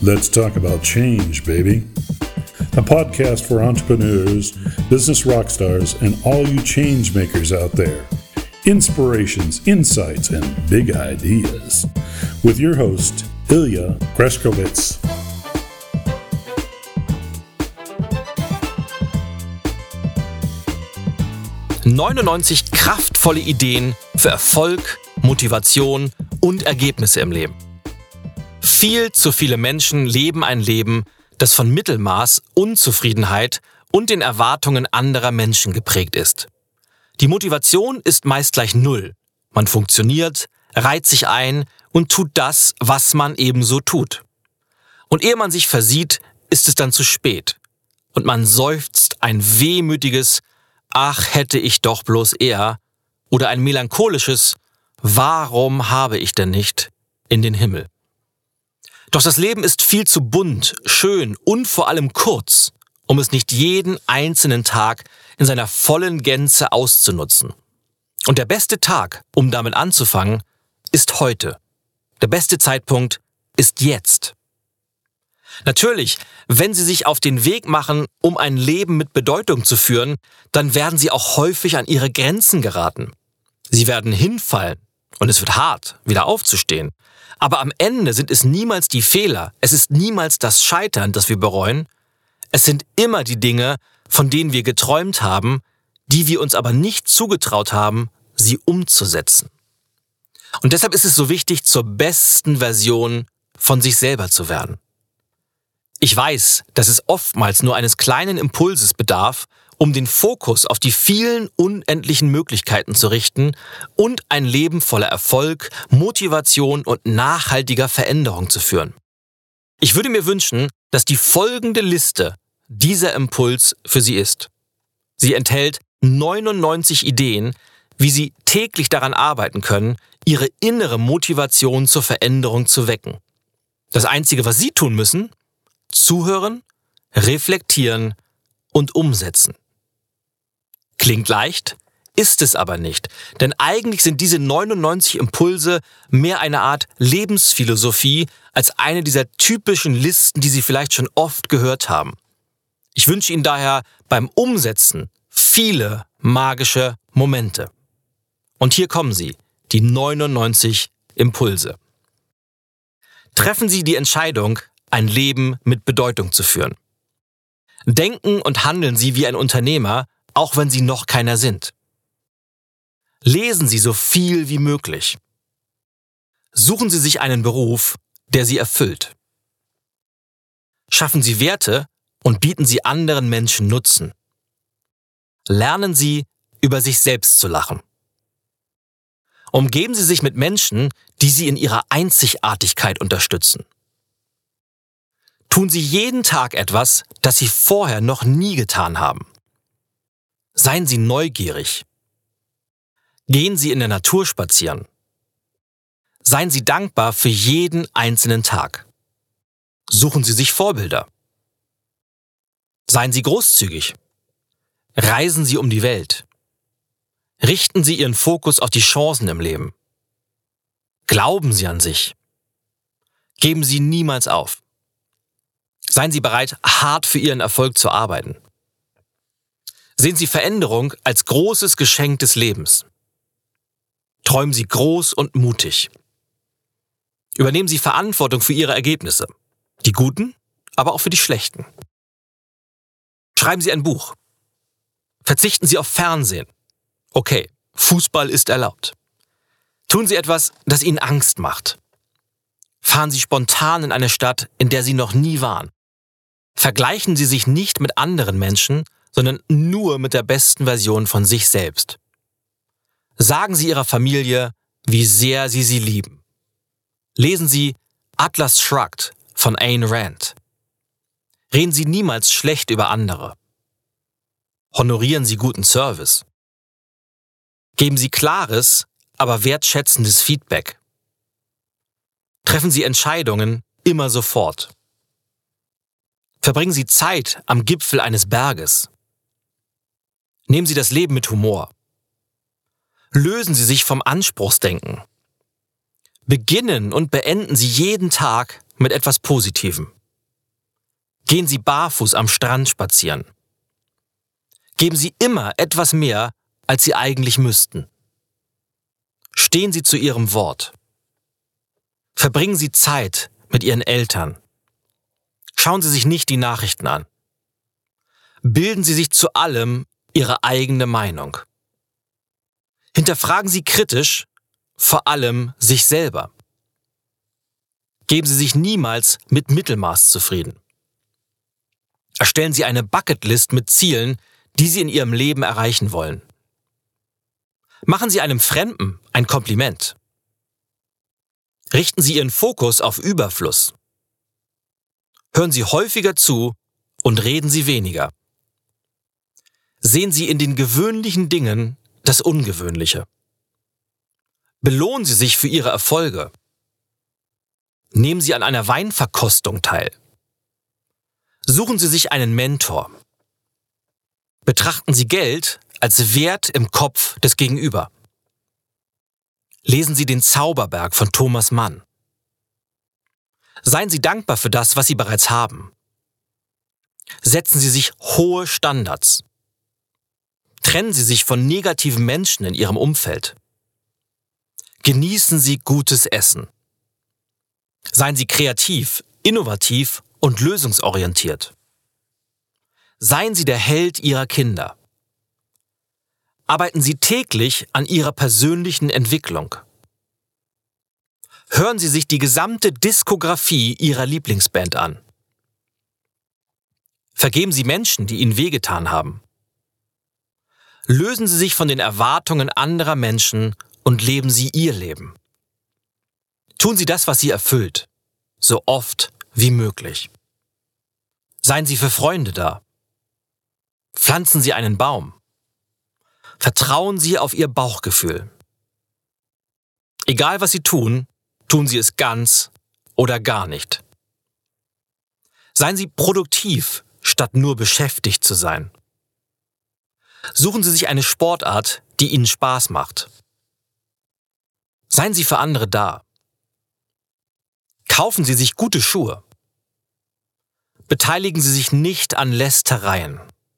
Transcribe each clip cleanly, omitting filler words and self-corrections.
Let's talk about change, baby. A podcast for entrepreneurs, business rock stars, and all you change makers out there. Inspirations, insights, and big ideas. With your host, Ilya Greskowitz. »99 kraftvolle Ideen für Erfolg, Motivation und Ergebnisse im Leben.« Viel zu viele Menschen leben ein Leben, das von Mittelmaß, Unzufriedenheit und den Erwartungen anderer Menschen geprägt ist. Die Motivation ist meist gleich null. Man funktioniert, reiht sich ein und tut das, was man ebenso tut. Und ehe man sich versieht, ist es dann zu spät. Und man seufzt ein wehmütiges »Ach, hätte ich doch bloß eher« oder ein melancholisches »Warum habe ich denn nicht« in den Himmel. Doch das Leben ist viel zu bunt, schön und vor allem kurz, um es nicht jeden einzelnen Tag in seiner vollen Gänze auszunutzen. Und der beste Tag, um damit anzufangen, ist heute. Der beste Zeitpunkt ist jetzt. Natürlich, wenn Sie sich auf den Weg machen, um ein Leben mit Bedeutung zu führen, dann werden Sie auch häufig an Ihre Grenzen geraten. Sie werden hinfallen und es wird hart, wieder aufzustehen. Aber am Ende sind es niemals die Fehler, es ist niemals das Scheitern, das wir bereuen. Es sind immer die Dinge, von denen wir geträumt haben, die wir uns aber nicht zugetraut haben, sie umzusetzen. Und deshalb ist es so wichtig, zur besten Version von sich selber zu werden. Ich weiß, dass es oftmals nur eines kleinen Impulses bedarf, um den Fokus auf die vielen unendlichen Möglichkeiten zu richten und ein Leben voller Erfolg, Motivation und nachhaltiger Veränderung zu führen. Ich würde mir wünschen, dass die folgende Liste dieser Impuls für Sie ist. Sie enthält 99 Ideen, wie Sie täglich daran arbeiten können, Ihre innere Motivation zur Veränderung zu wecken. Das Einzige, was Sie tun müssen: zuhören, reflektieren und umsetzen. Klingt leicht, ist es aber nicht, denn eigentlich sind diese 99 Impulse mehr eine Art Lebensphilosophie als eine dieser typischen Listen, die Sie vielleicht schon oft gehört haben. Ich wünsche Ihnen daher beim Umsetzen viele magische Momente. Und hier kommen sie, die 99 Impulse. Treffen Sie die Entscheidung, ein Leben mit Bedeutung zu führen. Denken und handeln Sie wie ein Unternehmer, auch wenn Sie noch keiner sind. Lesen Sie so viel wie möglich. Suchen Sie sich einen Beruf, der Sie erfüllt. Schaffen Sie Werte und bieten Sie anderen Menschen Nutzen. Lernen Sie, über sich selbst zu lachen. Umgeben Sie sich mit Menschen, die Sie in ihrer Einzigartigkeit unterstützen. Tun Sie jeden Tag etwas, das Sie vorher noch nie getan haben. Seien Sie neugierig. Gehen Sie in der Natur spazieren. Seien Sie dankbar für jeden einzelnen Tag. Suchen Sie sich Vorbilder. Seien Sie großzügig. Reisen Sie um die Welt. Richten Sie Ihren Fokus auf die Chancen im Leben. Glauben Sie an sich. Geben Sie niemals auf. Seien Sie bereit, hart für Ihren Erfolg zu arbeiten. Sehen Sie Veränderung als großes Geschenk des Lebens. Träumen Sie groß und mutig. Übernehmen Sie Verantwortung für Ihre Ergebnisse. Die guten, aber auch für die schlechten. Schreiben Sie ein Buch. Verzichten Sie auf Fernsehen. Okay, Fußball ist erlaubt. Tun Sie etwas, das Ihnen Angst macht. Fahren Sie spontan in eine Stadt, in der Sie noch nie waren. Vergleichen Sie sich nicht mit anderen Menschen, sondern nur mit der besten Version von sich selbst. Sagen Sie Ihrer Familie, wie sehr Sie sie lieben. Lesen Sie Atlas Shrugged von Ayn Rand. Reden Sie niemals schlecht über andere. Honorieren Sie guten Service. Geben Sie klares, aber wertschätzendes Feedback. Treffen Sie Entscheidungen immer sofort. Verbringen Sie Zeit am Gipfel eines Berges. Nehmen Sie das Leben mit Humor. Lösen Sie sich vom Anspruchsdenken. Beginnen und beenden Sie jeden Tag mit etwas Positivem. Gehen Sie barfuß am Strand spazieren. Geben Sie immer etwas mehr, als Sie eigentlich müssten. Stehen Sie zu Ihrem Wort. Verbringen Sie Zeit mit Ihren Eltern. Schauen Sie sich nicht die Nachrichten an. Bilden Sie sich zu allem Ihre eigene Meinung. Hinterfragen Sie kritisch, vor allem sich selber. Geben Sie sich niemals mit Mittelmaß zufrieden. Erstellen Sie eine Bucketlist mit Zielen, die Sie in Ihrem Leben erreichen wollen. Machen Sie einem Fremden ein Kompliment. Richten Sie Ihren Fokus auf Überfluss. Hören Sie häufiger zu und reden Sie weniger. Sehen Sie in den gewöhnlichen Dingen das Ungewöhnliche. Belohnen Sie sich für Ihre Erfolge. Nehmen Sie an einer Weinverkostung teil. Suchen Sie sich einen Mentor. Betrachten Sie Geld als Wert im Kopf des Gegenüber. Lesen Sie den Zauberberg von Thomas Mann. Seien Sie dankbar für das, was Sie bereits haben. Setzen Sie sich hohe Standards. Trennen Sie sich von negativen Menschen in Ihrem Umfeld. Genießen Sie gutes Essen. Seien Sie kreativ, innovativ und lösungsorientiert. Seien Sie der Held Ihrer Kinder. Arbeiten Sie täglich an Ihrer persönlichen Entwicklung. Hören Sie sich die gesamte Diskografie Ihrer Lieblingsband an. Vergeben Sie Menschen, die Ihnen wehgetan haben. Lösen Sie sich von den Erwartungen anderer Menschen und leben Sie Ihr Leben. Tun Sie das, was Sie erfüllt, so oft wie möglich. Seien Sie für Freunde da. Pflanzen Sie einen Baum. Vertrauen Sie auf Ihr Bauchgefühl. Egal was Sie tun, tun Sie es ganz oder gar nicht. Seien Sie produktiv, statt nur beschäftigt zu sein. Suchen Sie sich eine Sportart, die Ihnen Spaß macht. Seien Sie für andere da. Kaufen Sie sich gute Schuhe. Beteiligen Sie sich nicht an Lästereien.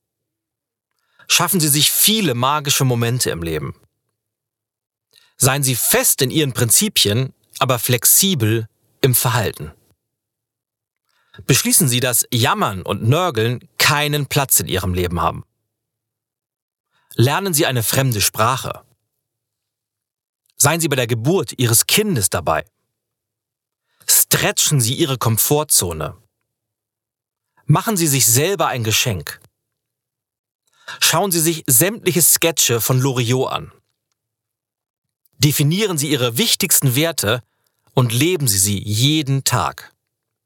Schaffen Sie sich viele magische Momente im Leben. Seien Sie fest in Ihren Prinzipien, aber flexibel im Verhalten. Beschließen Sie, dass Jammern und Nörgeln keinen Platz in Ihrem Leben haben. Lernen Sie eine fremde Sprache. Seien Sie bei der Geburt Ihres Kindes dabei. Stretchen Sie Ihre Komfortzone. Machen Sie sich selber ein Geschenk. Schauen Sie sich sämtliche Sketche von Loriot an. Definieren Sie Ihre wichtigsten Werte und leben Sie sie jeden Tag.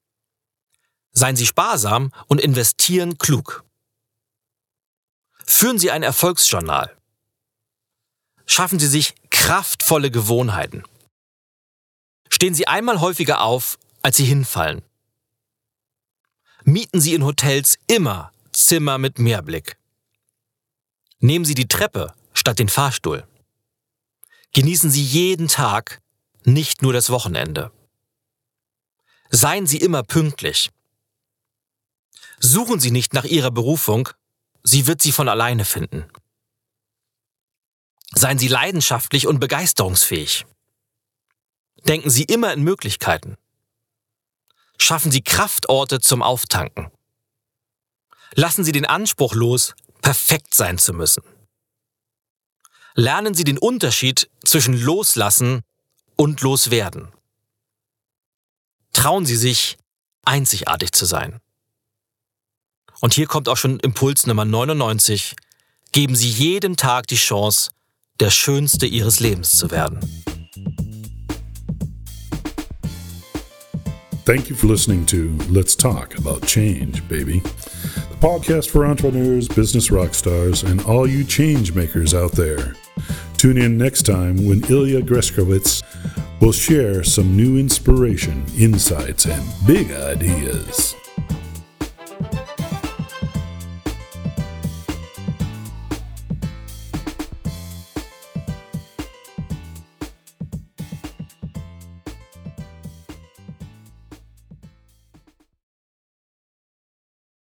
Seien Sie sparsam und investieren klug. Führen Sie ein Erfolgsjournal. Schaffen Sie sich kraftvolle Gewohnheiten. Stehen Sie einmal häufiger auf, als Sie hinfallen. Mieten Sie in Hotels immer Zimmer mit Meerblick. Nehmen Sie die Treppe statt den Fahrstuhl. Genießen Sie jeden Tag, nicht nur das Wochenende. Seien Sie immer pünktlich. Suchen Sie nicht nach Ihrer Berufung, sie wird Sie von alleine finden. Seien Sie leidenschaftlich und begeisterungsfähig. Denken Sie immer in Möglichkeiten. Schaffen Sie Kraftorte zum Auftanken. Lassen Sie den Anspruch los, perfekt sein zu müssen. Lernen Sie den Unterschied zwischen Loslassen und Loswerden. Trauen Sie sich, einzigartig zu sein. Und hier kommt auch schon Impuls Nummer 99. Geben Sie jedem Tag die Chance, der Schönste Ihres Lebens zu werden. Thank you for listening to Let's Talk About Change, Baby. The podcast for entrepreneurs, business rock stars, and all you change makers out there. Tune in next time when Ilya Greskowitz will share some new inspiration, insights, and big ideas.